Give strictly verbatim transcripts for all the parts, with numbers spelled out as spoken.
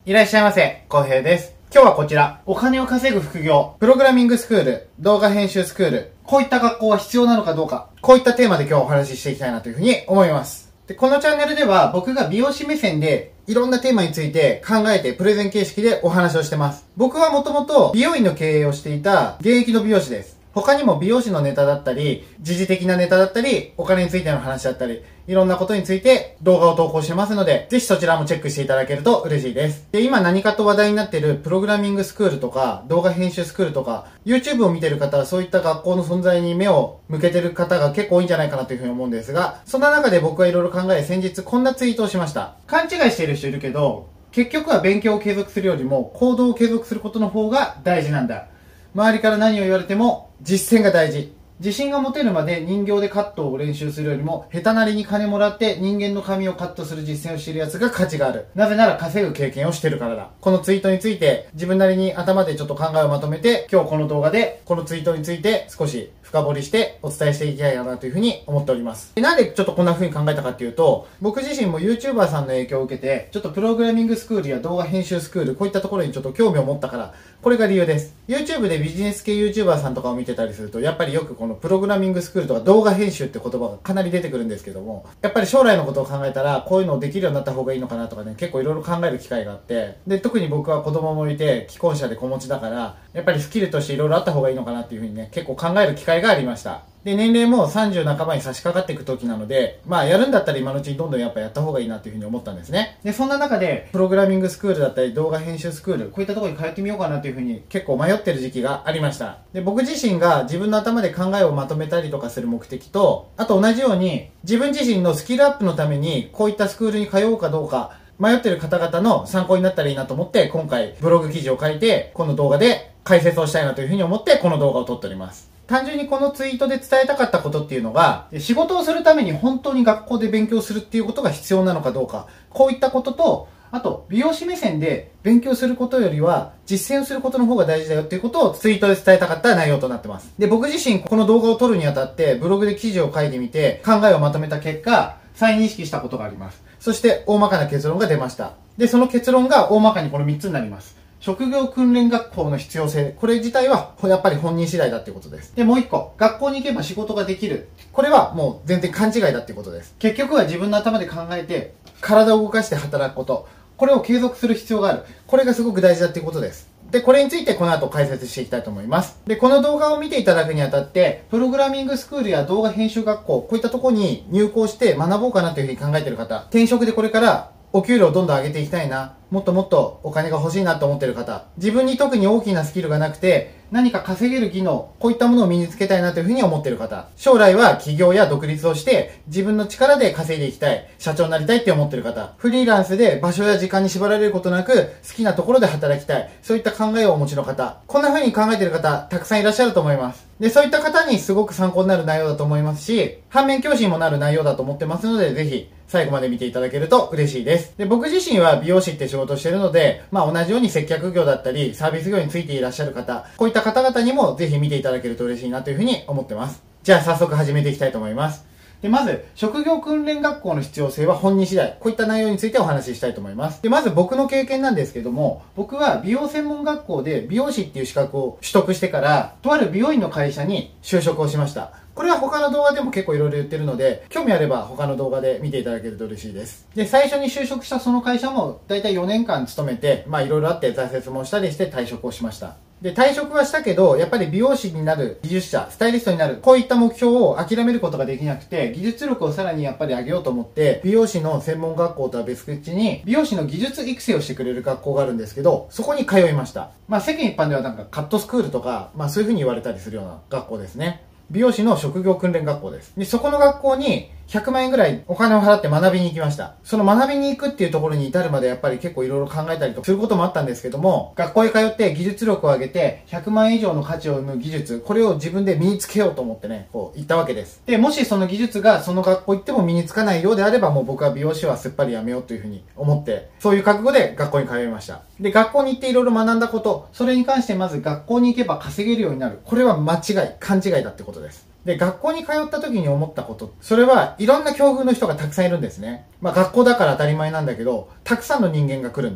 いらっしゃいませ、浩平です。今日はこちら、お金を稼ぐ副業、プログラミングスクール、動画編集スクール、こういった学校は必要なのかどうか、こういったテーマで今日お話ししていきたいなというふうに思います。で、このチャンネルでは僕が美容師目線でいろんなテーマについて考えてプレゼン形式でお話をしてます。僕はもともと美容院の経営をしていた現役の美容師です。他にも美容師のネタだったり、時事的なネタだったり、お金についての話だったり、いろんなことについて動画を投稿してますので、ぜひそちらもチェックしていただけると嬉しいです。で、今何かと話題になっているプログラミングスクールとか、動画編集スクールとか、YouTube を見てる方はそういった学校の存在に目を向けてる方が結構多いんじゃないかなというふうに思うんですが、そんな中で僕はいろいろ考え、先日こんなツイートをしました。勘違いしている人いるけど、結局は勉強を継続するよりも行動を継続することの方が大事なんだ。周りから何を言われても実践が大事。自信が持てるまで人形でカットを練習するよりも下手なりに金もらって人間の髪をカットする実践をしている奴が価値がある。なぜなら稼ぐ経験をしてるからだ。このツイートについて自分なりに頭でちょっと考えをまとめて今日この動画でこのツイートについて少し深掘りしてお伝えしていきたいなというふうに思っております。で、なんでちょっとこんな風に考えたかっていうと、僕自身も YouTuber さんの影響を受けて、ちょっとプログラミングスクールや動画編集スクール、こういったところにちょっと興味を持ったから、これが理由です。YouTube でビジネス系 YouTuber さんとかを見てたりすると、やっぱりよくこのプログラミングスクールとか動画編集って言葉がかなり出てくるんですけども、やっぱり将来のことを考えたら、こういうのをできるようになった方がいいのかなとかね、結構いろいろ考える機会があって、で、特に僕は子供もいて、既婚者で子持ちだから、やっぱりスキルとしていろいろあった方がいいのかなっていうふうにね、結構考える機会がありました。で、年齢もさんじゅう半ばに差し掛かっていく時なので、まあやるんだったら今のうちにどんどんやっぱやった方がいいなっていうふうに思ったんですね。で、そんな中で、プログラミングスクールだったり動画編集スクール、こういったところに通ってみようかなというふうに結構迷ってる時期がありました。で、僕自身が自分の頭で考えをまとめたりとかする目的と、あと同じように自分自身のスキルアップのためにこういったスクールに通おうかどうか、迷ってる方々の参考になったらいいなと思って今回ブログ記事を書いてこの動画で解説をしたいなというふうに思ってこの動画を撮っております。単純にこのツイートで伝えたかったことっていうのが、仕事をするために本当に学校で勉強するっていうことが必要なのかどうか、こういったことと、あと美容師目線で勉強することよりは実践をすることの方が大事だよっていうことをツイートで伝えたかった内容となってます。で、僕自身この動画を撮るにあたってブログで記事を書いてみて考えをまとめた結果、再認識したことがあります。そして大まかな結論が出ました。で、その結論が大まかにこのみっつになります。職業訓練学校の必要性。これ自体はやっぱり本人次第だっていうことです。で、もう一個。学校に行けば仕事ができる。これはもう全然勘違いだっていうことです。結局は自分の頭で考えて、体を動かして働くこと。これを継続する必要がある。これがすごく大事だっていうことです。で、これについてこの後解説していきたいと思います。で、この動画を見ていただくにあたって、プログラミングスクールや動画編集学校、こういったところに入校して学ぼうかなというふうに考えている方、転職でこれからお給料をどんどん上げていきたいな、もっともっとお金が欲しいなと思っている方、自分に特に大きなスキルがなくて、何か稼げる技能、こういったものを身につけたいなというふうに思っている方、将来は起業や独立をして自分の力で稼いでいきたい、社長になりたいって思っている方、フリーランスで場所や時間に縛られることなく好きなところで働きたい、そういった考えをお持ちの方、こんな風に考えている方、たくさんいらっしゃると思います。で、そういった方にすごく参考になる内容だと思いますし、反面教師にもなる内容だと思ってますので、ぜひ最後まで見ていただけると嬉しいです。で、僕自身は美容師って仕事をしているので、まあ同じように接客業だったり、サービス業についていらっしゃる方、こういった方々にもぜひ見ていただけると嬉しいなというふうに思ってます。じゃあ早速始めていきたいと思います。で、まず、職業訓練学校の必要性は本人次第。こういった内容についてお話ししたいと思います。で、まず僕の経験なんですけども、僕は美容専門学校で美容師っていう資格を取得してから、とある美容院の会社に就職をしました。これは他の動画でも結構いろいろ言ってるので、興味あれば他の動画で見ていただけると嬉しいです。で、最初に就職したその会社もだいたいよねんかん勤めて、まあいろいろあって挫折もしたりして退職をしました。で、退職はしたけど、やっぱり美容師になる技術者、スタイリストになる、こういった目標を諦めることができなくて、技術力をさらにやっぱり上げようと思って、美容師の専門学校とは別口に、美容師の技術育成をしてくれる学校があるんですけど、そこに通いました。まあ世間一般ではなんかカットスクールとか、まあそういう風に言われたりするような学校ですね。美容師の職業訓練学校です。で、そこの学校にひゃくまんえんぐらいお金を払って学びに行きました。その学びに行くっていうところに至るまでやっぱり結構いろいろ考えたりとかすることもあったんですけども、学校へ通って技術力を上げてひゃくまんえん以上の価値を生む技術、これを自分で身につけようと思ってね、こう行ったわけです。で、もしその技術がその学校行っても身につかないようであればもう僕は美容師はすっぱりやめようというふうに思って、そういう覚悟で学校に通いました。で、学校に行っていろいろ学んだこと、それに関してまず学校に行けば稼げるようになる。これは間違い、勘違いだってことです。で、学校に通った時に思ったこと、それはいろんな境遇の人がたくさんいるんですね。まあ学校だから当たり前なんだけど、たくさんの人間が来るんです。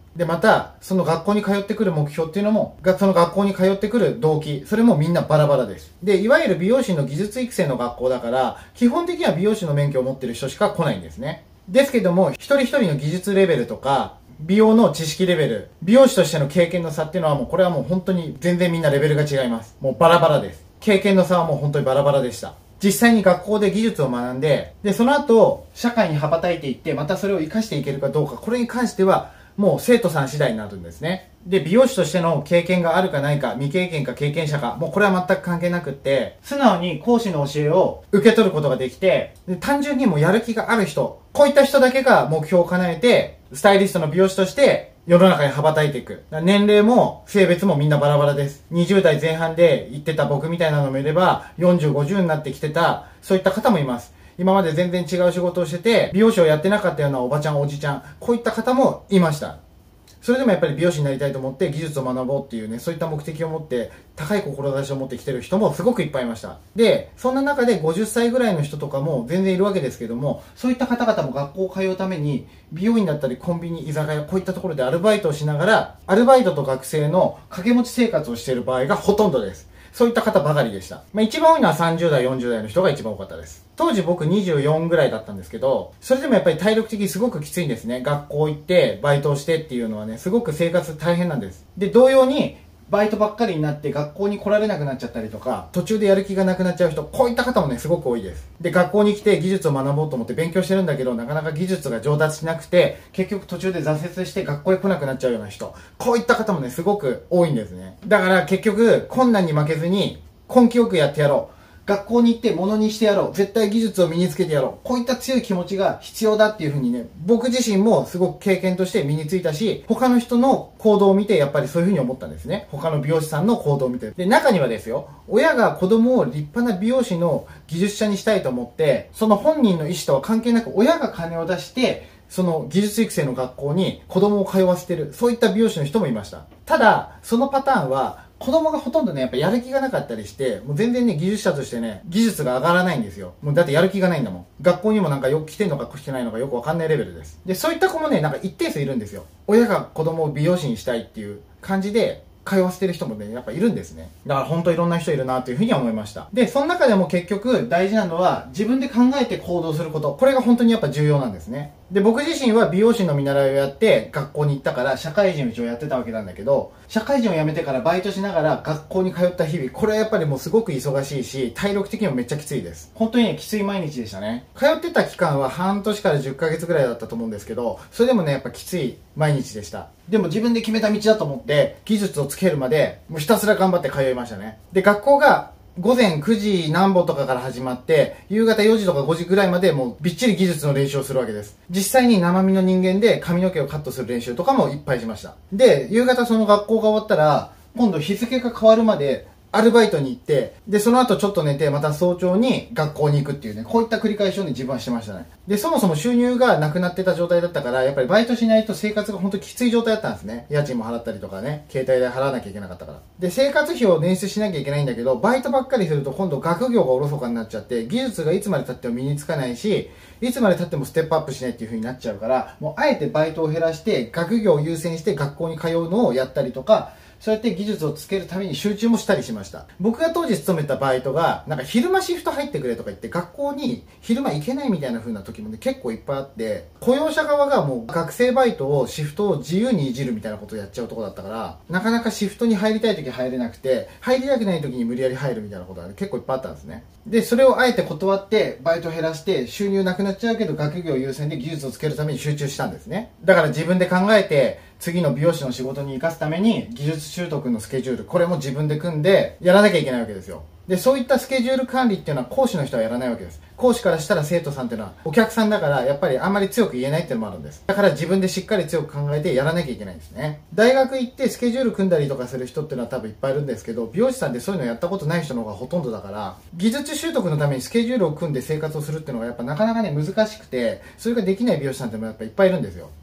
で、また、その学校に通ってくる目標っていうのも、がその学校に通ってくる動機、それもみんなバラバラです。で、いわゆる美容師の技術育成の学校だから、基本的には美容師の免許を持ってる人しか来ないんですね。ですけども、一人一人の技術レベルとか、美容の知識レベル、美容師としての経験の差っていうのはもう、これはもう本当に全然みんなレベルが違います。もうバラバラです。経験の差はもう本当にバラバラでした。実際に学校で技術を学んで、で、その後、社会に羽ばたいていって、またそれを活かしていけるかどうか、これに関しては、もう生徒さん次第になるんですね。で、美容師としての経験があるかないか、未経験か経験者か、もうこれは全く関係なくって、素直に講師の教えを受け取ることができて、で単純にもうやる気がある人、こういった人だけが目標を叶えて、スタイリストの美容師として世の中に羽ばたいていく。年齢も性別もみんなバラバラです。にじゅう代前半で行ってた僕みたいなのもいれば、よんじゅう、ごじゅうになってきてた、そういった方もいます。今まで全然違う仕事をしてて、美容師をやってなかったようなおばちゃん、おじちゃん、こういった方もいました。それでもやっぱり美容師になりたいと思って技術を学ぼうっていうね、そういった目的を持って高い志を持ってきてる人もすごくいっぱいいました。で、そんな中でごじゅっさいぐらいの人とかも全然いるわけですけども、そういった方々も学校を通うために美容院だったりコンビニ、居酒屋、こういったところでアルバイトをしながら、アルバイトと学生の掛け持ち生活をしている場合がほとんどです。そういった方ばかりでした。まあ一番多いのはさんじゅう代、よんじゅう代の人が一番多かったです。当時僕にじゅうよんぐらいだったんですけど、それでもやっぱり体力的にすごくきついんですね。学校行って、バイトをしてっていうのはね、すごく生活大変なんです。で、同様に、バイトばっかりになって学校に来られなくなっちゃったりとか、途中でやる気がなくなっちゃう人、こういった方もね、すごく多いです。で、学校に来て技術を学ぼうと思って勉強してるんだけど、なかなか技術が上達しなくて、結局途中で挫折して学校へ来なくなっちゃうような人、こういった方もね、すごく多いんですね。だから結局、困難に負けずに、根気よくやってやろう。学校に行って物にしてやろう。絶対技術を身につけてやろう。こういった強い気持ちが必要だっていうふうにね、僕自身もすごく経験として身についたし、他の人の行動を見てやっぱりそういうふうに思ったんですね。他の美容師さんの行動を見て。で、中にはですよ、親が子供を立派な美容師の技術者にしたいと思って、その本人の意思とは関係なく親が金を出して、その技術育成の学校に子供を通わせてる、そういった美容師の人もいました。ただ、そのパターンは、子供がほとんどね、やっぱやる気がなかったりして、もう全然ね、技術者としてね、技術が上がらないんですよ。もうだってやる気がないんだもん。学校にもなんかよく来てんのか来てないのかよくわかんないレベルです。で、そういった子もね、なんか一定数いるんですよ。親が子供を美容師にしたいっていう感じで、通わせてる人もね、やっぱいるんですね。だから本当いろんな人いるなというふうには思いました。で、その中でも結局大事なのは自分で考えて行動すること。これが本当にやっぱ重要なんですね。で、僕自身は美容師の見習いをやって学校に行ったから社会人を一応やってたわけなんだけど、社会人を辞めてからバイトしながら学校に通った日々、これはやっぱりもうすごく忙しいし、体力的にもめっちゃきついです。本当にね、きつい毎日でしたね。通ってた期間は半年からじゅっかげつぐらいだったと思うんですけど、それでもね、やっぱきつい毎日でした。でも自分で決めた道だと思って技術をつけるまでもうひたすら頑張って通いましたね。で、学校が午前くじ何歩とかから始まって夕方よじとかごじぐらいまでもうびっちり技術の練習をするわけです。実際に生身の人間で髪の毛をカットする練習とかもいっぱいしました。で、夕方その学校が終わったら今度日付が変わるまでアルバイトに行って、で、その後ちょっと寝て、また早朝に学校に行くっていうね、こういった繰り返しをね、自分はしてましたね。で、そもそも収入がなくなってた状態だったから、やっぱりバイトしないと生活が本当にきつい状態だったんですね。家賃も払ったりとかね、携帯代払わなきゃいけなかったから。で、生活費を捻出しなきゃいけないんだけど、バイトばっかりすると今度学業がおろそかになっちゃって、技術がいつまで経っても身につかないし、いつまで経ってもステップアップしないっていう風になっちゃうから、もうあえてバイトを減らして、学業を優先して学校に通うのをやったりとか、そうやって技術をつけるために集中もしたりしました。僕が当時勤めたバイトが、なんか昼間シフト入ってくれとか言って、学校に昼間行けないみたいな風な時もね、結構いっぱいあって、雇用者側がもう学生バイトをシフトを自由にいじるみたいなことをやっちゃうとこだったから、なかなかシフトに入りたい時入れなくて、入りたくない時に無理やり入るみたいなことが、ね、結構いっぱいあったんですね。で、それをあえて断って、バイト減らして、収入なくなっちゃうけど、学業優先で技術をつけるために集中したんですね。だから自分で考えて、次の美容師の仕事に生かすために技術習得のスケジュール、これも自分で組んでやらなきゃいけないわけですよ。で、そういったスケジュール管理っていうのは講師の人はやらないわけです。講師からしたら生徒さんっていうのはお客さんだからやっぱりあんまり強く言えないっていうのもあるんです。だから自分でしっかり強く考えてやらなきゃいけないんですね。大学行ってスケジュール組んだりとかする人っていうのは多分いっぱいいるんですけど、美容師さんってそういうのやったことない人の方がほとんどだから、技術習得のためにスケジュールを組んで生活をするっていうのがやっぱなかなかね難しくて、それができない美容師さんってもやっぱいっぱいいるんですよ。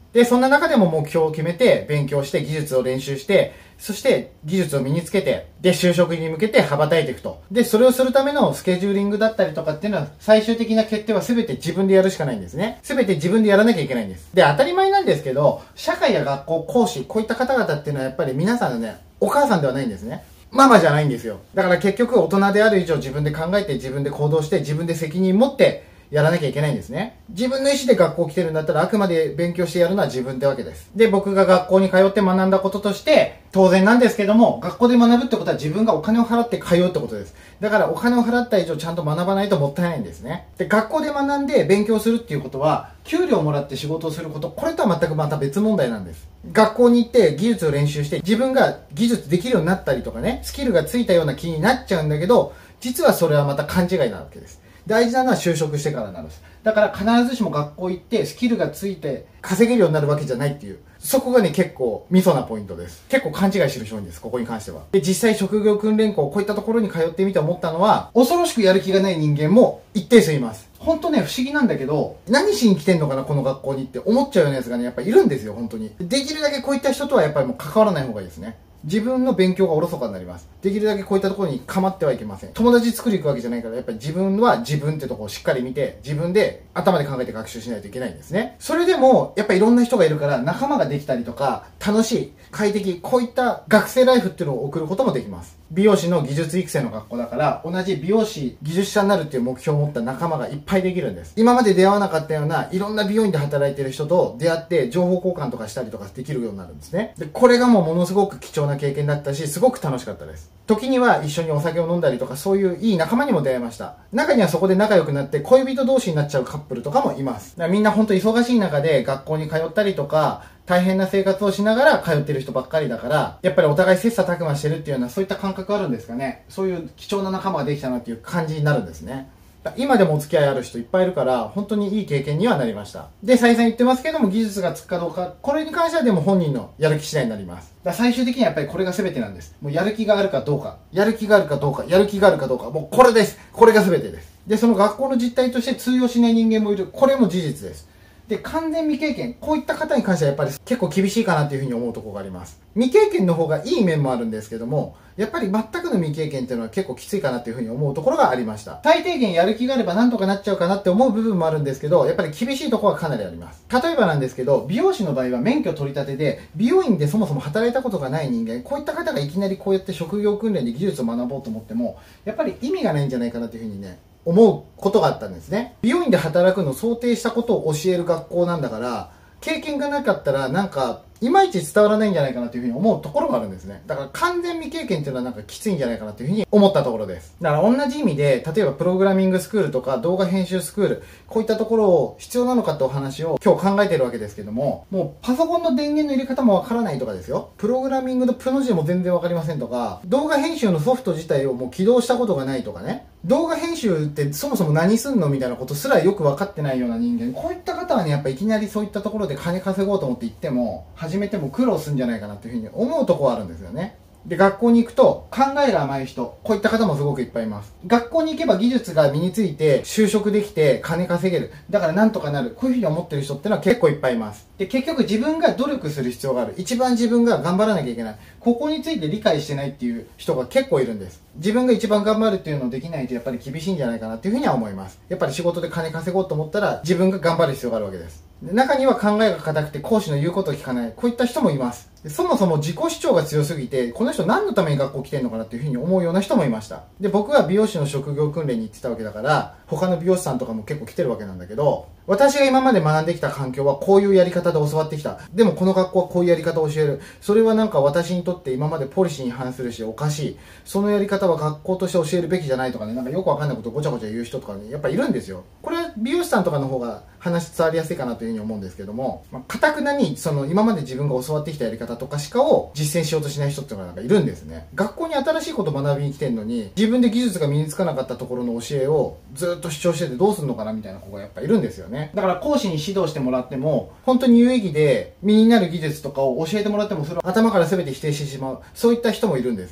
で、そんな中でも目標を決めて、勉強して、技術を練習して、そして技術を身につけて、で、就職に向けて羽ばたいていくと。で、それをするためのスケジューリングだったりとかっていうのは、最終的な決定は全て自分でやるしかないんですね。全て自分でやらなきゃいけないんです。で、当たり前なんですけど、社会や学校、講師、こういった方々っていうのはやっぱり皆さんのね、お母さんではないんですね。ママじゃないんですよ。だから結局大人である以上自分で考えて自分で行動して自分で責任持ってやらなきゃいけないんですね。自分の意思で学校来てるんだったらあくまで勉強してやるのは自分ってわけです。で、僕が学校に通って学んだこととして、当然なんですけども、学校で学ぶってことは自分がお金を払って通うってことです。だからお金を払った以上ちゃんと学ばないともったいないんですね。で、学校で学んで勉強するっていうことは、給料をもらって仕事をすること、これとは全くまた別問題なんです。学校に行って技術を練習して自分が技術できるようになったりとかね、スキルがついたような気になっちゃうんだけど、実はそれはまた勘違いなわけです。大事なのは就職してからなんです。だから必ずしも学校行ってスキルがついて稼げるようになるわけじゃないっていう。そこがね、結構ミソなポイントです。結構勘違いしてる人多いんです、ここに関しては。で、実際職業訓練校、こういったところに通ってみて思ったのは、恐ろしくやる気がない人間も一定数います。ほんとね、不思議なんだけど、何しに来てんのかな、この学校にって思っちゃうようなやつがね、やっぱいるんですよ、本当に。できるだけこういった人とはやっぱりもう関わらない方がいいですね。自分の勉強がおろそかになります。できるだけこういったところに構ってはいけません。友達作りに行くわけじゃないから、やっぱり自分は自分ってところをしっかり見て、自分で頭で考えて学習しないといけないんですね。それでも、やっぱりいろんな人がいるから仲間ができたりとか、楽しい、快適、こういった学生ライフっていうのを送ることもできます。美容師の技術育成の学校だから、同じ美容師、技術者になるっていう目標を持った仲間がいっぱいできるんです。今まで出会わなかったような、いろんな美容院で働いてる人と出会って、情報交換とかしたりとかできるようになるんですね。で、これがもうものすごく貴重な経験だったし、すごく楽しかったです。時には一緒にお酒を飲んだりとか、そういういい仲間にも出会いました。中にはそこで仲良くなって恋人同士になっちゃうカップルとかもいます。だからみんな本当忙しい中で学校に通ったりとか、大変な生活をしながら通ってる人ばっかりだから、やっぱりお互い切磋琢磨してるっていうような、そういった感覚あるんですかね。そういう貴重な仲間ができたなっていう感じになるんですね。今でもお付き合いある人いっぱいいるから、本当にいい経験にはなりました。で、再三言ってますけども、技術がつくかどうか、これに関してはでも本人のやる気次第になります。だから最終的にはやっぱりこれが全てなんです。もうやる気があるかどうか、やる気があるかどうか、やる気があるかどうか、もうこれです。これが全てです。で、その学校の実態として通用しない人間もいる。これも事実です。で、完全未経験。こういった方に関してはやっぱり結構厳しいかなというふうに思うところがあります。未経験の方がいい面もあるんですけども、やっぱり全くの未経験っていうのは結構きついかなというふうに思うところがありました。最低限やる気があればなんとかなっちゃうかなって思う部分もあるんですけど、やっぱり厳しいところはかなりあります。例えばなんですけど、美容師の場合は免許取り立てで、美容院でそもそも働いたことがない人間、こういった方がいきなりこうやって職業訓練で技術を学ぼうと思っても、やっぱり意味がないんじゃないかなというふうにね、思うことがあったんですね。美容院で働くのを想定したことを教える学校なんだから、経験がなかったらなんかいまいち伝わらないんじゃないかなというふうに思うところがあるんですね。だから完全未経験っていうのはなんかきついんじゃないかなというふうに思ったところです。だから同じ意味で、例えばプログラミングスクールとか動画編集スクール、こういったところを必要なのかってお話を今日考えてるわけですけども、もうパソコンの電源の入れ方もわからないとかですよ。プログラミングのプの字も全然わかりませんとか、動画編集のソフト自体をもう起動したことがないとかね。動画編集ってそもそも何すんのみたいなことすらよく分かってないような人間、こういった方はね、やっぱいきなりそういったところで金稼ごうと思って行っても、始めても苦労するんじゃないかなというふうに思うところはあるんですよね。で、学校に行くと考えが甘い人、こういった方もすごくいっぱいいます。学校に行けば技術が身について就職できて金稼げる。だからなんとかなる。こういうふうに思ってる人ってのは結構いっぱいいます。で、結局自分が努力する必要がある。一番自分が頑張らなきゃいけない。ここについて理解してないっていう人が結構いるんです。自分が一番頑張るっていうのをできないとやっぱり厳しいんじゃないかなっていうふうには思います。やっぱり仕事で金稼ごうと思ったら自分が頑張る必要があるわけです。中には考えが固くて講師の言うことを聞かない。こういった人もいます。そもそも自己主張が強すぎて、この人何のために学校来てんのかなっていうふうに思うような人もいました。で、僕は美容師の職業訓練に行ってたわけだから、他の美容師さんとかも結構来てるわけなんだけど、私が今まで学んできた環境はこういうやり方で教わってきた。でもこの学校はこういうやり方を教える。それはなんか私にとって今までポリシーに反するしおかしい。そのやり方は学校として教えるべきじゃないとかね、なんかよくわかんないことをごちゃごちゃ言う人とかね、やっぱいるんですよ。これは美容師さんとかの方が話伝わりやすいかなというふうに思うんですけども、まあ、堅くなにその今まで自分が教わってきたやり方とかしかを実践しようとしない人っていうのがなんかいるんですね。学校に新しいことを学びに来てるのに、自分で技術が身につかなかったところの教えをずっと主張しててどうするのかなみたいな子がやっぱいるんですよね。だから講師に指導してもらっても、本当に有意義で身になる技術とかを教えてもらってもそれを頭から全て否定してしまう。そういった人もいるんですね。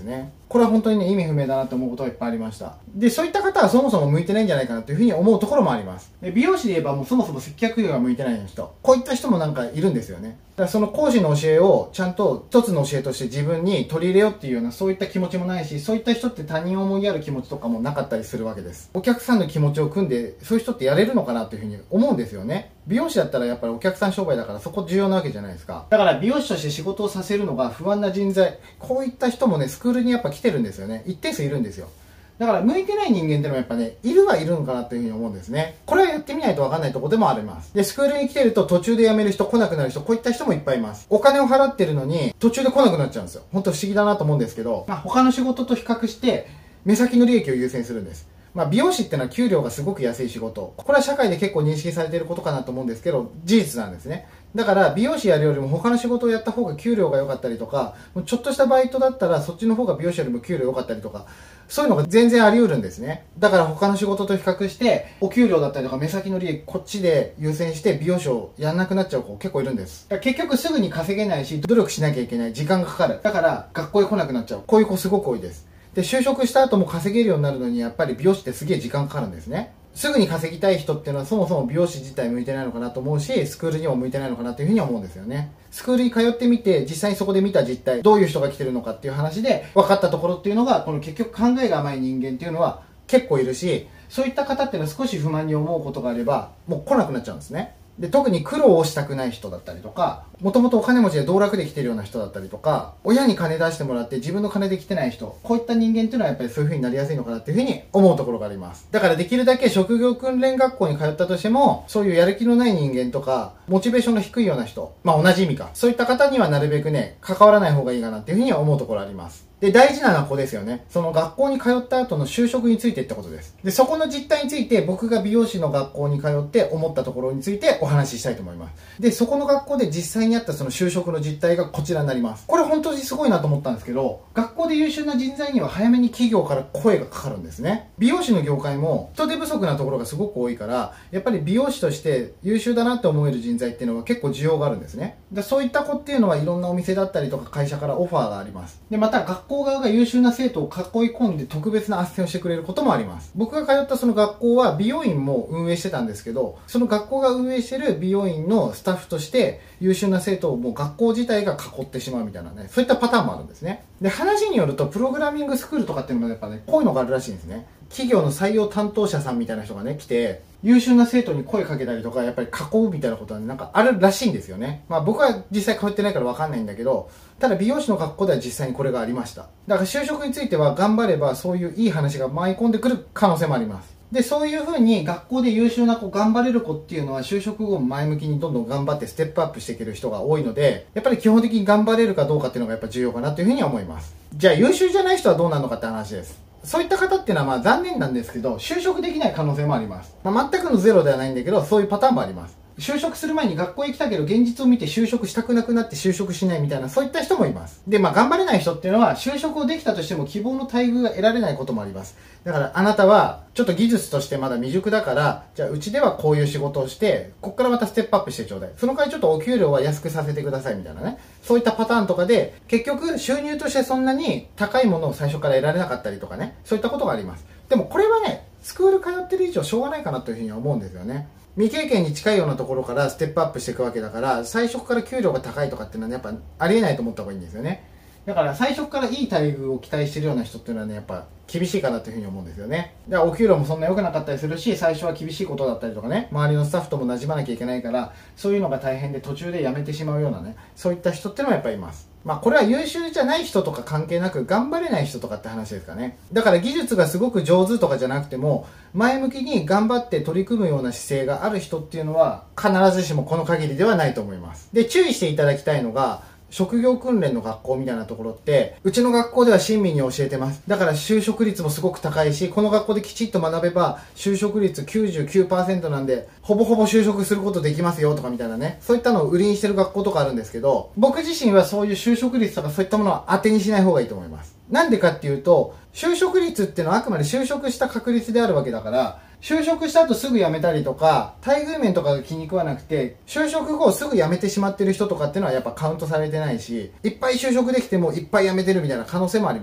これは本当にね、意味不明だなと思うことがいっぱいありました。で、そういった方はそもそも向いてないんじゃないかなというふうに思うところもあります。で美容師で言えばもうそもそも接客業が向いてない人、こういった人もなんかいるんですよね。だからその講師の教えをちゃんと一つの教えとして自分に取り入れようっていうようなそういった気持ちもないし、そういった人って他人を思いやる気持ちとかもなかったりするわけです。お客さんの気持ちを組んで、そういう人ってやれるのかなというふうに思うんですよね。美容師だったらやっぱりお客さん商売だからそこ重要なわけじゃないですか。だから美容師として仕事をさせるのが不安な人材、こういった人もね、スクールにやっぱ来てるんですよね。一定数いるんですよ。だから向いてない人間っていうのはやっぱね、いるはいるのかなというふうに思うんですね。これはやってみないと分かんないところでもあります。で、スクールに来てると途中で辞める人、来なくなる人、こういった人もいっぱいいます。お金を払ってるのに途中で来なくなっちゃうんですよ。本当不思議だなと思うんですけど、まあ他の仕事と比較して目先の利益を優先するんです。まあ美容師ってのは給料がすごく安い仕事。これは社会で結構認識されていることかなと思うんですけど、事実なんですね。だから美容師やるよりも他の仕事をやった方が給料が良かったりとか、ちょっとしたバイトだったらそっちの方が美容師よりも給料良かったりとか、そういうのが全然あり得るんですね。だから他の仕事と比較して、お給料だったりとか目先の利益こっちで優先して美容師をやんなくなっちゃう子結構いるんです。だから結局すぐに稼げないし、努力しなきゃいけない、時間がかかる。だから学校へ来なくなっちゃう。こういう子すごく多いです。で、就職した後も稼げるようになるのにやっぱり美容師ってすげえ時間かかるんですね。すぐに稼ぎたい人っていうのはそもそも美容師自体向いてないのかなと思うし、スクールにも向いてないのかなというふうに思うんですよね。スクールに通ってみて、実際にそこで見た実態、どういう人が来てるのかっていう話で分かったところっていうのが、この結局考えが甘い人間っていうのは結構いるし、そういった方っていうのは少し不満に思うことがあれば、もう来なくなっちゃうんですね。で、特に苦労をしたくない人だったりとか、もともとお金持ちで道楽で来てるような人だったりとか、親に金出してもらって自分の金で来てない人、こういった人間っていうのはやっぱりそういう風になりやすいのかなっていう風に思うところがあります。だからできるだけ職業訓練学校に通ったとしても、そういうやる気のない人間とか、モチベーションが低いような人、まあ同じ意味か。そういった方にはなるべくね、関わらない方がいいかなっていう風には思うところあります。で、大事なのはここですよね。その学校に通った後の就職についてってことです。で、そこの実態について僕が美容師の学校に通って思ったところについてお話ししたいと思います。で、そこの学校で実際にあったその就職の実態がこちらになります。これ本当にすごいなと思ったんですけど、学校で優秀な人材には早めに企業から声がかかるんですね。美容師の業界も人手不足なところがすごく多いから、やっぱり美容師として優秀だなって思える人材っていうのは結構需要があるんですね。で、そういった子っていうのはいろんなお店だったりとか会社からオファーがあります。で、また学校側が優秀な生徒を囲い込んで特別な斡旋をしてくれることもあります。僕が通ったその学校は美容院も運営してたんですけど、その学校が運営してる美容院のスタッフとして優秀な生徒をもう学校自体が囲ってしまうみたいなね、そういったパターンもあるんですね。で、話によるとプログラミングスクールとかっていうのもやっぱね、こういうのがあるらしいんですね。企業の採用担当者さんみたいな人がね、来て、優秀な生徒に声かけたりとか、やっぱり囲うみたいなことはね、なんかあるらしいんですよね。まあ僕は実際通ってないからわかんないんだけど、ただ美容師の学校では実際にこれがありました。だから就職については頑張ればそういういい話が舞い込んでくる可能性もあります。で、そういう風に学校で優秀な子、頑張れる子っていうのは就職後も前向きにどんどん頑張ってステップアップしていける人が多いので、やっぱり基本的に頑張れるかどうかっていうのがやっぱ重要かなという風には思います。じゃあ優秀じゃない人はどうなるのかって話です。そういった方っていうのはまあ残念なんですけど、就職できない可能性もあります。まあ、全くのゼロではないんだけど、そういうパターンもあります。就職する前に学校へ来たけど現実を見て就職したくなくなって就職しないみたいなそういった人もいます。で、まあ頑張れない人っていうのは就職をできたとしても希望の待遇が得られないこともあります。だからあなたはちょっと技術としてまだ未熟だから、じゃあうちではこういう仕事をして、ここからまたステップアップしてちょうだい。その代わりちょっとお給料は安くさせてくださいみたいなね。そういったパターンとかで結局収入としてそんなに高いものを最初から得られなかったりとかね。そういったことがあります。でもこれはね、スクール通ってる以上しょうがないかなというふうには思うんですよね。未経験に近いようなところからステップアップしていくわけだから、最初から給料が高いとかっていうのは、ね、やっぱありえないと思った方がいいんですよね。だから最初からいい待遇を期待してるような人っていうのはね、やっぱ厳しいかなというふうに思うんですよね。だからお給料もそんな良くなかったりするし、最初は厳しいことだったりとかね、周りのスタッフとも馴染まなきゃいけないから、そういうのが大変で途中で辞めてしまうようなね、そういった人っていうのはやっぱりいます。まあこれは優秀じゃない人とか関係なく頑張れない人とかって話ですかね。だから技術がすごく上手とかじゃなくても、前向きに頑張って取り組むような姿勢がある人っていうのは必ずしもこの限りではないと思います。で、注意していただきたいのが、職業訓練の学校みたいなところって、うちの学校では親身に教えてます。だから就職率もすごく高いし、この学校できちっと学べば、就職率 きゅうじゅうきゅうパーセント なんで、ほぼほぼ就職することできますよとかみたいなね。そういったのを売りにしてる学校とかあるんですけど、僕自身はそういう就職率とかそういったものは当てにしない方がいいと思います。なんでかっていうと、就職率っていうのはあくまで就職した確率であるわけだから、就職した後すぐ辞めたりとか、待遇面とかが気に食わなくて、就職後すぐ辞めてしまってる人とかっていうのはやっぱカウントされてないし、いっぱい就職できてもいっぱい辞めてるみたいな可能性もあります。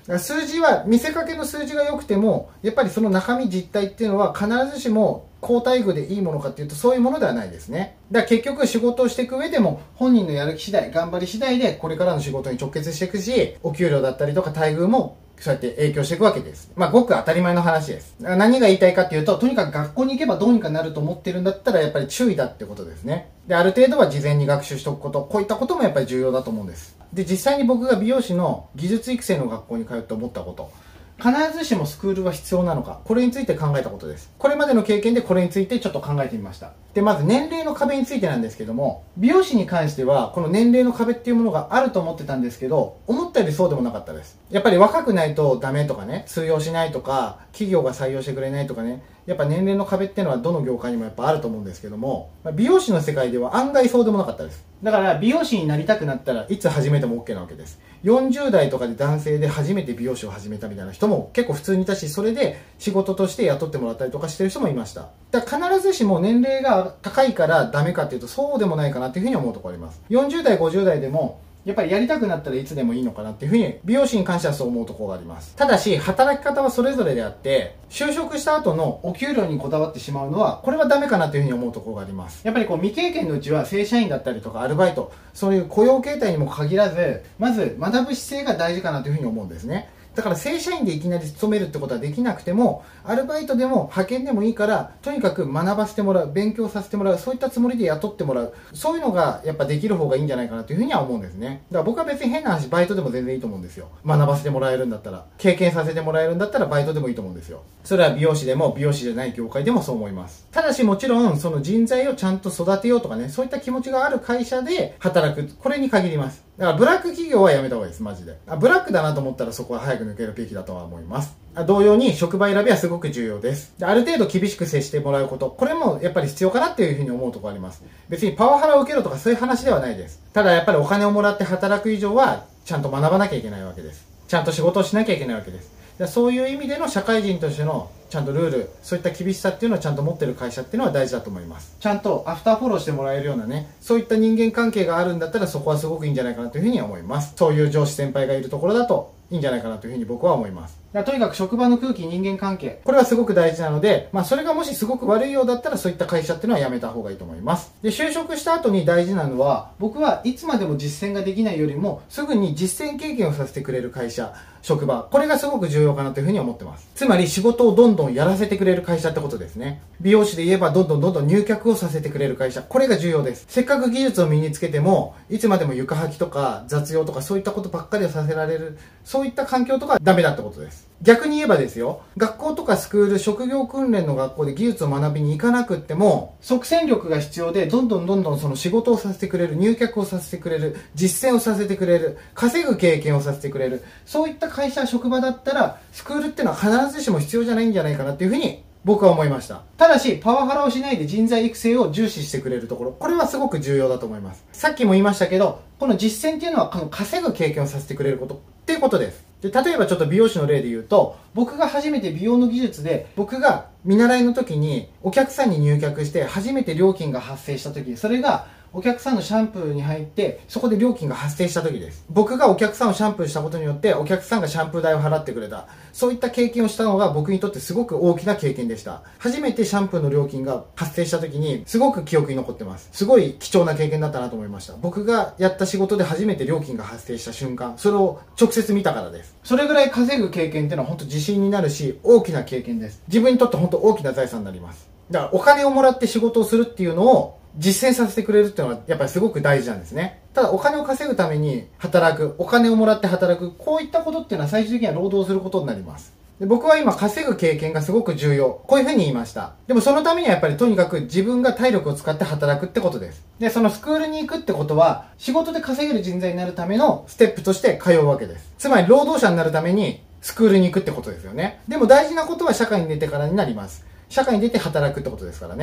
だから数字は、見せかけの数字が良くても、やっぱりその中身実態っていうのは必ずしも好待遇でいいものかっていうとそういうものではないですね。だから結局仕事をしていく上でも本人のやる気次第、頑張り次第でこれからの仕事に直結していくし、お給料だったりとか待遇もそうやって影響していくわけです。まあ、ごく当たり前の話です。何が言いたいかっていうと、とにかく学校に行けばどうにかなると思ってるんだったら、やっぱり注意だってことですね。で、ある程度は事前に学習しておくこと、こういったこともやっぱり重要だと思うんです。で、実際に僕が美容師の技術育成の学校に通って思ったこと。必ずしもスクールは必要なのか、これについて考えたことです。これまでの経験でこれについてちょっと考えてみました。で、まず年齢の壁についてなんですけども、美容師に関してはこの年齢の壁っていうものがあると思ってたんですけど、思ったよりそうでもなかったです。やっぱり若くないとダメとかね、通用しないとか、企業が採用してくれないとかね、やっぱ年齢の壁っていうのはどの業界にもやっぱあると思うんですけども、美容師の世界では案外そうでもなかったです。だから美容師になりたくなったらいつ始めても OK なわけです。よんじゅう代とかで男性で初めて美容師を始めたみたいな人も結構普通にいたし、それで仕事として雇ってもらったりとかしてる人もいました。だから必ずしも年齢が高いからダメかっていうとそうでもないかなっていうふうに思うところあります。よんじゅう代、ごじゅう代でもやっぱりやりたくなったらいつでもいいのかなっていうふうに美容師に関してはそう思うところがあります。ただし働き方はそれぞれであって、就職した後のお給料にこだわってしまうのはこれはダメかなというふうに思うところがあります。やっぱりこう未経験のうちは正社員だったりとかアルバイト、そういう雇用形態にも限らず、まず学ぶ姿勢が大事かなというふうに思うんですね。だから正社員でいきなり勤めるってことはできなくても、アルバイトでも派遣でもいいから、とにかく学ばせてもらう、勉強させてもらう、そういったつもりで雇ってもらう、そういうのがやっぱできる方がいいんじゃないかなというふうには思うんですね。だから僕は別に変な話、バイトでも全然いいと思うんですよ。学ばせてもらえるんだったら、経験させてもらえるんだったらバイトでもいいと思うんですよ。それは美容師でも美容師じゃない業界でもそう思います。ただしもちろん、その人材をちゃんと育てようとかね、そういった気持ちがある会社で働く、これに限ります。だからブラック企業はやめた方がいいです、マジで。あ、ブラックだなと思ったらそこは早く抜けるべきだとは思います。同様に職場選びはすごく重要です。で、ある程度厳しく接してもらうこと、これもやっぱり必要かなっていうふうに思うところあります。別にパワハラを受けろとかそういう話ではないです。ただやっぱりお金をもらって働く以上はちゃんと学ばなきゃいけないわけです。ちゃんと仕事をしなきゃいけないわけです。そういう意味での社会人としてのちゃんとルール、そういった厳しさっていうのをちゃんと持ってる会社っていうのは大事だと思います。ちゃんとアフターフォローしてもらえるようなね、そういった人間関係があるんだったらそこはすごくいいんじゃないかなというふうに思います。そういう上司先輩がいるところだといいんじゃないかなというふうに僕は思います。だからとにかく職場の空気、人間関係、これはすごく大事なので、まあそれがもしすごく悪いようだったらそういった会社っていうのはやめた方がいいと思います。で、就職した後に大事なのは、僕はいつまでも実践ができないよりも、すぐに実践経験をさせてくれる会社、職場、これがすごく重要かなというふうに思ってます。つまり仕事をどんどんやらせてくれる会社ってことですね。美容師で言えばどんどんどんどん入客をさせてくれる会社、これが重要です。せっかく技術を身につけても、いつまでも床履きとか雑用とかそういったことばっかりをさせられる、そういった環境とかダメだってことです。逆に言えばですよ、学校とかスクール、職業訓練の学校で技術を学びに行かなくっても、即戦力が必要で、どんどんどんどんその仕事をさせてくれる、入客をさせてくれる、実践をさせてくれる、稼ぐ経験をさせてくれる、そういった会社、職場だったら、スクールってのは必ずしも必要じゃないんじゃないかなっていうふうに、僕は思いました。ただし、パワハラをしないで人材育成を重視してくれるところ、これはすごく重要だと思います。さっきも言いましたけど、この実践っていうのは、この稼ぐ経験をさせてくれることっていうことです。で、例えばちょっと美容師の例で言うと、僕が初めて美容の技術で、僕が見習いの時にお客さんに入客して初めて料金が発生した時、それがお客さんのシャンプーに入って、そこで料金が発生した時です。僕がお客さんをシャンプーしたことによって、お客さんがシャンプー代を払ってくれた。そういった経験をしたのが僕にとってすごく大きな経験でした。初めてシャンプーの料金が発生した時に、すごく記憶に残ってます。すごい貴重な経験だったなと思いました。僕がやった仕事で初めて料金が発生した瞬間、それを直接見たからです。それぐらい稼ぐ経験っていうのは本当自信になるし、大きな経験です。自分にとって本当大きな財産になります。だからお金をもらって仕事をするっていうのを、実践させてくれるっていうのはやっぱりすごく大事なんですね。ただお金を稼ぐために働く、お金をもらって働く、こういったことっていうのは最終的には労働することになります。で、僕は今稼ぐ経験がすごく重要。こういうふうに言いました。でもそのためにはやっぱりとにかく自分が体力を使って働くってことです。で、そのスクールに行くってことは仕事で稼げる人材になるためのステップとして通うわけです。つまり労働者になるためにスクールに行くってことですよね。でも大事なことは社会に出てからになります。社会に出て働くってことですからね。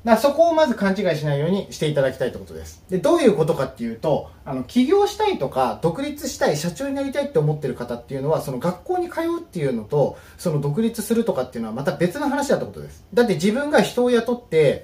だからそこをまず勘違いしないようにしていただきたいってことです。で、どういうことかっていうと、あの、起業したいとか、独立したい、社長になりたいって思ってる方っていうのは、その学校に通うっていうのと、その独立するとかっていうのはまた別の話だってことです。だって自分が人を雇って、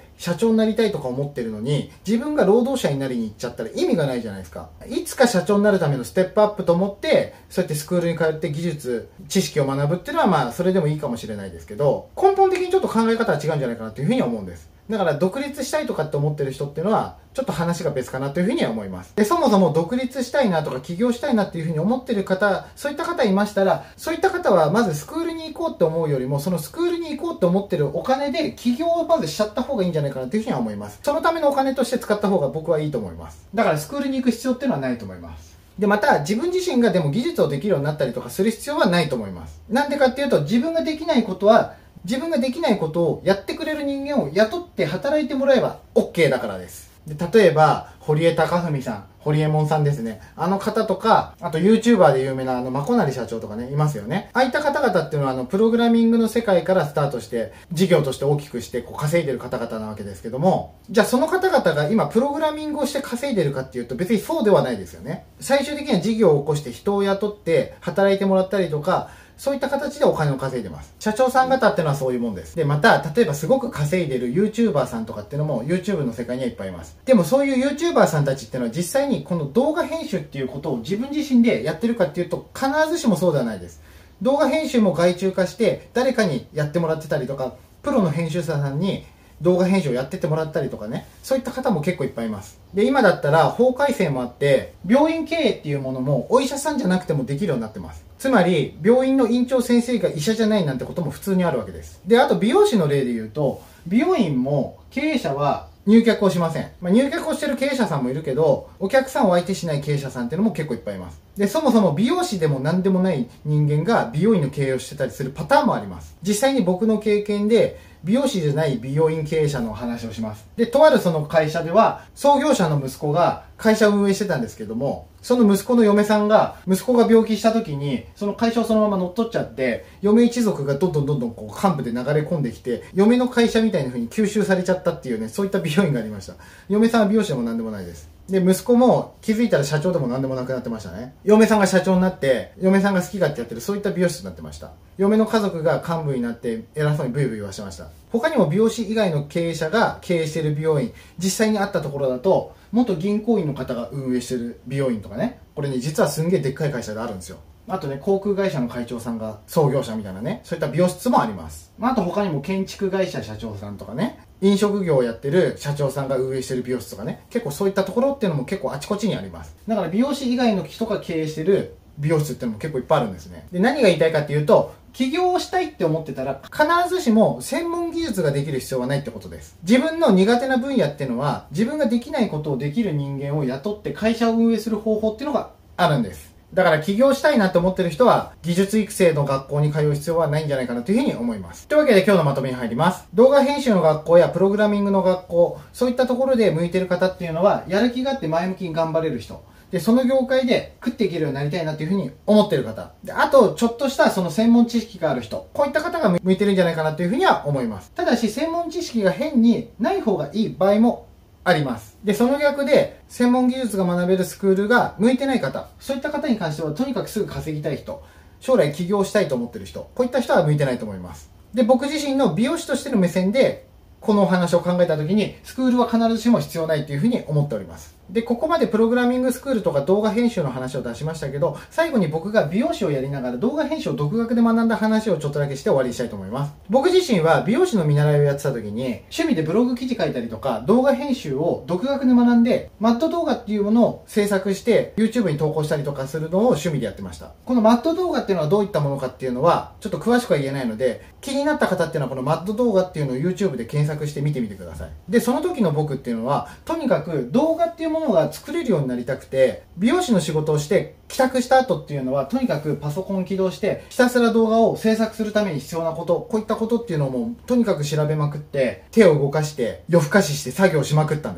社長になりたいとか思ってるのに、自分が労働者になりに行っちゃったら意味がないじゃないですか。いつか社長になるためのステップアップと思って、そうやってスクールに通って技術、知識を学ぶっていうのはまあ、それでもいいかもしれないですけど、根本的にちょっと考え方は違うんじゃないかなというふうには思うんです。だから独立したいとかって思ってる人っていうのはちょっと話が別かなというふうには思います。で、そもそも独立したいなとか起業したいなっていうふうに思ってる方、そういった方いましたら、そういった方はまずスクールに行こうって思うよりも、そのスクールに行こうって思ってるお金で起業をまずしちゃった方がいいんじゃないかなというふうには思います。そのためのお金として使った方が僕はいいと思います。だからスクールに行く必要っていうのはないと思います。で、また、自分自身がでも技術をできるようになったりとかする必要はないと思います。なんでかっていうと、自分ができないことは、自分ができないことをやってくれる人間を雇って働いてもらえば OK だからです。で、例えば、堀江貴文さん、堀江門さんですね。あの方とか、あと YouTuber で有名なあの、まこなり社長とかね、いますよね。ああいった方々っていうのはあの、プログラミングの世界からスタートして、事業として大きくして、こう、稼いでる方々なわけですけども、じゃあその方々が今、プログラミングをして稼いでるかっていうと、別にそうではないですよね。最終的には事業を起こして人を雇って、働いてもらったりとか、そういった形でお金を稼いでます。社長さん方っていうのはそういうもんです。で、また、例えばすごく稼いでる YouTuber さんとかっていうのも YouTube の世界にはいっぱいいます。でもそういう YouTuber さんたちっていうのは実際にこの動画編集っていうことを自分自身でやってるかっていうと必ずしもそうではないです。動画編集も外注化して誰かにやってもらってたりとか、プロの編集者さんに動画編集をやってってもらったりとかね、そういった方も結構いっぱいいます。で、今だったら法改正もあって、病院経営っていうものもお医者さんじゃなくてもできるようになってます。つまり、病院の院長先生が医者じゃないなんてことも普通にあるわけです。で、あと美容師の例で言うと、美容院も経営者は入客をしません。まあ、入客をしてる経営者さんもいるけど、お客さんを相手しない経営者さんっていうのも結構いっぱいいます。で、そもそも美容師でも何でもない人間が美容院の経営をしてたりするパターンもあります。実際に僕の経験で、美容師じゃない美容院経営者の話をします。で、とあるその会社では、創業者の息子が会社を運営してたんですけども、その息子の嫁さんが、息子が病気した時に、その会社をそのまま乗っ取っちゃって、嫁一族がどんどんどんどんこう幹部で流れ込んできて、嫁の会社みたいな風に吸収されちゃったっていうね、そういった美容院がありました。嫁さんは美容師でも何でもないです。で、息子も気づいたら社長でも何でもなくなってましたね。嫁さんが社長になって、嫁さんが好き勝手やってる、そういった美容室になってました。嫁の家族が幹部になって、偉そうにブイブイ言わしてました。他にも美容師以外の経営者が経営している美容院、実際にあったところだと、元銀行員の方が運営している美容院とかね、これね、実はすんげえでっかい会社であるんですよ。あとね、航空会社の会長さんが創業者みたいなね、そういった美容室もあります。あと他にも建築会社社長さんとかね、飲食業をやってる社長さんが運営してる美容室とかね、結構そういったところっていうのも結構あちこちにあります。だから美容師以外の人が経営してる美容室っていうのも結構いっぱいあるんですね。で、何が言いたいかっていうと、起業をしたいって思ってたら必ずしも専門技術ができる必要はないってことです。自分の苦手な分野っていうのは自分ができないことをできる人間を雇って会社を運営する方法っていうのがあるんです。だから起業したいなと思ってる人は技術育成の学校に通う必要はないんじゃないかなというふうに思います。というわけで今日のまとめに入ります。動画編集の学校やプログラミングの学校、そういったところで向いてる方っていうのはやる気があって前向きに頑張れる人。で、その業界で食っていけるようになりたいなというふうに思っている方。で、あと、ちょっとしたその専門知識がある人。こういった方が向いてるんじゃないかなというふうには思います。ただし、専門知識が変にない方がいい場合もあります。で、その逆で、専門技術が学べるスクールが向いてない方。そういった方に関しては、とにかくすぐ稼ぎたい人。将来起業したいと思ってる人。こういった人は向いてないと思います。で、僕自身の美容師としての目線で、このお話を考えたときに、スクールは必ずしも必要ないというふうに思っております。で、ここまでプログラミングスクールとか動画編集の話を出しましたけど、最後に僕が美容師をやりながら動画編集を独学で学んだ話をちょっとだけして終わりにしたいと思います。僕自身は美容師の見習いをやってた時に、趣味でブログ記事書いたりとか、動画編集を独学で学んで、マット動画っていうものを制作して、YouTube に投稿したりとかするのを趣味でやってました。このマット動画っていうのはどういったものかっていうのは、ちょっと詳しくは言えないので、気になった方っていうのはこのマット動画っていうのを YouTube で検索して見てみてください。で、その時の僕っていうのは、とにかく動画っていうものが作れるようになりたくて、美容師の仕事をして帰宅した後っていうのはとにかくパソコンを起動してひたすら動画を制作するために必要なこと、こういったことっていうのをもうとにかく調べまくって手を動かして夜更かしして作業しまくったんです。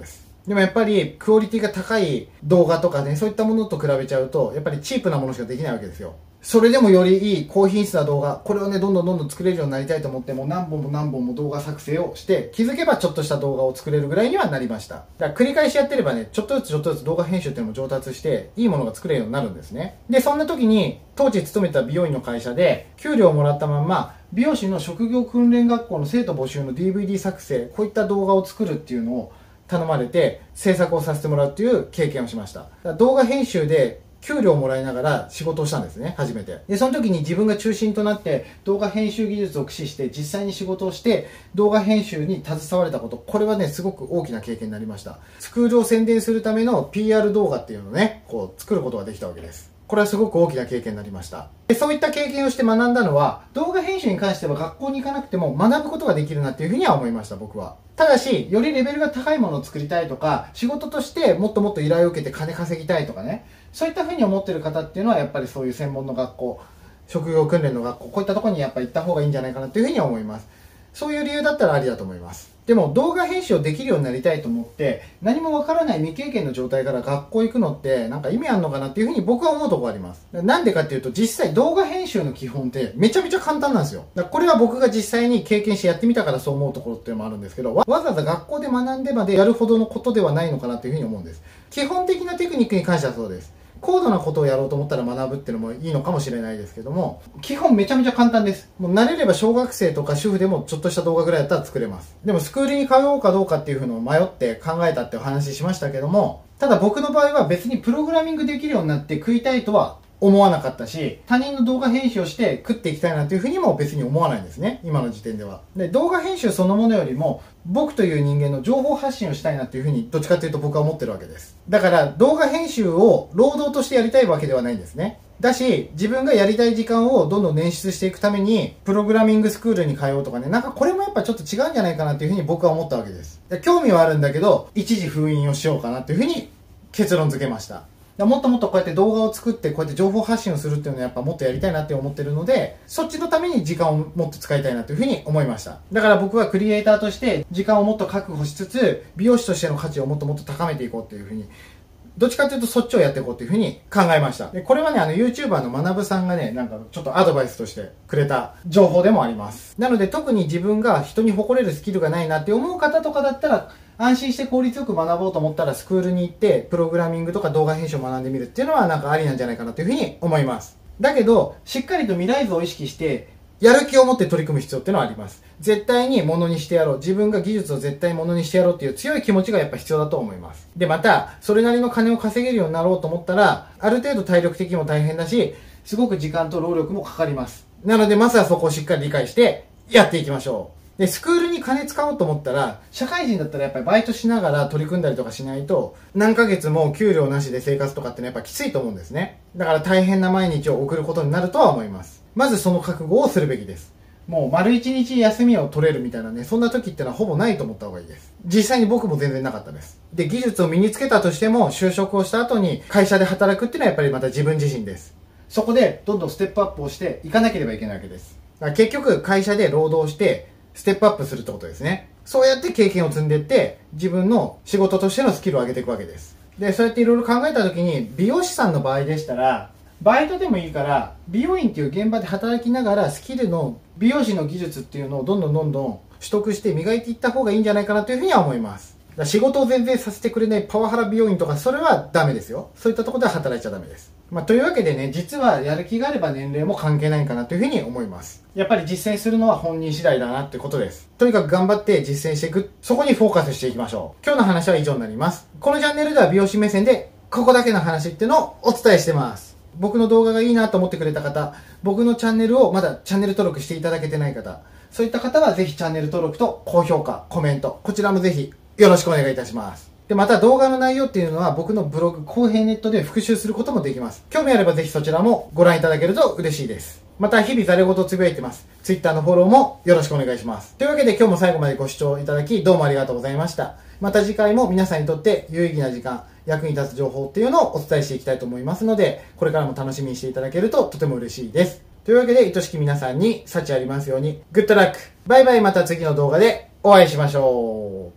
でもやっぱりクオリティが高い動画とかね、そういったものと比べちゃうと、やっぱりチープなものしかできないわけですよ。それでもよりいい高品質な動画、これをね、どんどんどんどん作れるようになりたいと思って、もう何本も何本も動画作成をして、気づけばちょっとした動画を作れるぐらいにはなりました。だから繰り返しやってればね、ちょっとずつちょっとずつ動画編集っていうのも上達して、いいものが作れるようになるんですね。で、そんな時に、当時勤めた美容院の会社で、給料をもらったまんま、美容師の職業訓練学校の生徒募集の ディーブイディー 作成、こういった動画を作るっていうのを頼まれて、制作をさせてもらうっていう経験をしました。だから動画編集で、給料をもらいながら仕事をしたんですね、初めて。で、その時に自分が中心となって動画編集技術を駆使して実際に仕事をして動画編集に携われたこと、これはね、すごく大きな経験になりました。スクールを宣伝するための ピーアール 動画っていうのをね、こう作ることができたわけです。これはすごく大きな経験になりました。で、そういった経験をして学んだのは、動画編集に関しては学校に行かなくても学ぶことができるなっていうふうには思いました、僕は。ただし、よりレベルが高いものを作りたいとか、仕事としてもっともっと依頼を受けて金稼ぎたいとかね、そういったふうに思ってる方っていうのは、やっぱりそういう専門の学校、職業訓練の学校、こういったところにやっぱり行った方がいいんじゃないかなというふうには思います。そういう理由だったらありだと思います。でも動画編集をできるようになりたいと思って何もわからない未経験の状態から学校行くのってなんか意味あるのかなっていうふうに僕は思うところがあります。なんでかっていうと実際動画編集の基本ってめちゃめちゃ簡単なんですよ。だからこれは僕が実際に経験してやってみたからそう思うところっていうのもあるんですけど、わざわざ学校で学んでまでやるほどのことではないのかなっていうふうに思うんです。基本的なテクニックに関してはそうです。高度なことをやろうと思ったら学ぶっていうのもいいのかもしれないですけども、基本めちゃめちゃ簡単です。もう慣れれば小学生とか主婦でもちょっとした動画ぐらいだったら作れます。でもスクールに通おうかどうかっていうのを迷って考えたってお話ししましたけども、ただ僕の場合は別にプログラミングできるようになって食いたいとは思わなかったし、他人の動画編集をして食っていきたいなというふうにも別に思わないんですね、今の時点では。で、動画編集そのものよりも僕という人間の情報発信をしたいなというふうにどっちかというと僕は思ってるわけです。だから動画編集を労働としてやりたいわけではないんですね。だし、自分がやりたい時間をどんどん捻出していくためにプログラミングスクールに通うとかね、なんかこれもやっぱちょっと違うんじゃないかなというふうに僕は思ったわけです。興味はあるんだけど一時封印をしようかなというふうに結論付けました。もっともっとこうやって動画を作ってこうやって情報発信をするっていうのはやっぱもっとやりたいなって思ってるので、そっちのために時間をもっと使いたいなというふうに思いました。だから僕はクリエイターとして時間をもっと確保しつつ美容師としての価値をもっともっと高めていこうっていうふうに、どっちかというとそっちをやっていこうというふうに考えました。で、これはね、あの YouTuber の学さんがね、なんかちょっとアドバイスとしてくれた情報でもあります。なので特に自分が人に誇れるスキルがないなって思う方とかだったら、安心して効率よく学ぼうと思ったらスクールに行ってプログラミングとか動画編集を学んでみるっていうのはなんかありなんじゃないかなというふうに思います。だけどしっかりと未来像を意識してやる気を持って取り組む必要っていうのはあります。絶対にものにしてやろう、自分が技術を絶対ものにしてやろうっていう強い気持ちがやっぱ必要だと思います。で、またそれなりの金を稼げるようになろうと思ったらある程度体力的にも大変だし、すごく時間と労力もかかります。なのでまずはそこをしっかり理解してやっていきましょう。で、スクールに金使おうと思ったら、社会人だったらやっぱりバイトしながら取り組んだりとかしないと、何ヶ月も給料なしで生活とかってのはやっぱきついと思うんですね。だから大変な毎日を送ることになるとは思います。まずその覚悟をするべきです。もう丸一日休みを取れるみたいなね、そんな時ってのはほぼないと思った方がいいです。実際に僕も全然なかったです。で、技術を身につけたとしても、就職をした後に会社で働くっていうのはやっぱりまた自分自身です。そこでどんどんステップアップをしていかなければいけないわけです。だから結局会社で労働して、ステップアップするってことですね。そうやって経験を積んでいって、自分の仕事としてのスキルを上げていくわけです。で、そうやっていろいろ考えたときに、美容師さんの場合でしたら、バイトでもいいから、美容院っていう現場で働きながら、スキルの美容師の技術っていうのをどんどんどんどん取得して磨いていった方がいいんじゃないかなというふうには思います。だから仕事を全然させてくれないパワハラ美容院とか、それはダメですよ。そういったところでは働いちゃダメです。まあ、というわけでね、実はやる気があれば年齢も関係ないかなというふうに思います。やっぱり実践するのは本人次第だなってことです。とにかく頑張って実践していく。そこにフォーカスしていきましょう。今日の話は以上になります。このチャンネルでは美容師目線でここだけの話っていうのをお伝えしてます。僕の動画がいいなと思ってくれた方、僕のチャンネルをまだチャンネル登録していただけてない方、そういった方はぜひチャンネル登録と高評価、コメント、こちらもぜひよろしくお願いいたします。で、また動画の内容っていうのは僕のブログ、公平ネットで復習することもできます。興味あればぜひそちらもご覧いただけると嬉しいです。また日々ざれ言つぶやいてます。Twitter のフォローもよろしくお願いします。というわけで今日も最後までご視聴いただきどうもありがとうございました。また次回も皆さんにとって有意義な時間、役に立つ情報っていうのをお伝えしていきたいと思いますので、これからも楽しみにしていただけるととても嬉しいです。というわけで愛しき皆さんに幸ありますように。グッドラック。バイバイ。また次の動画でお会いしましょう。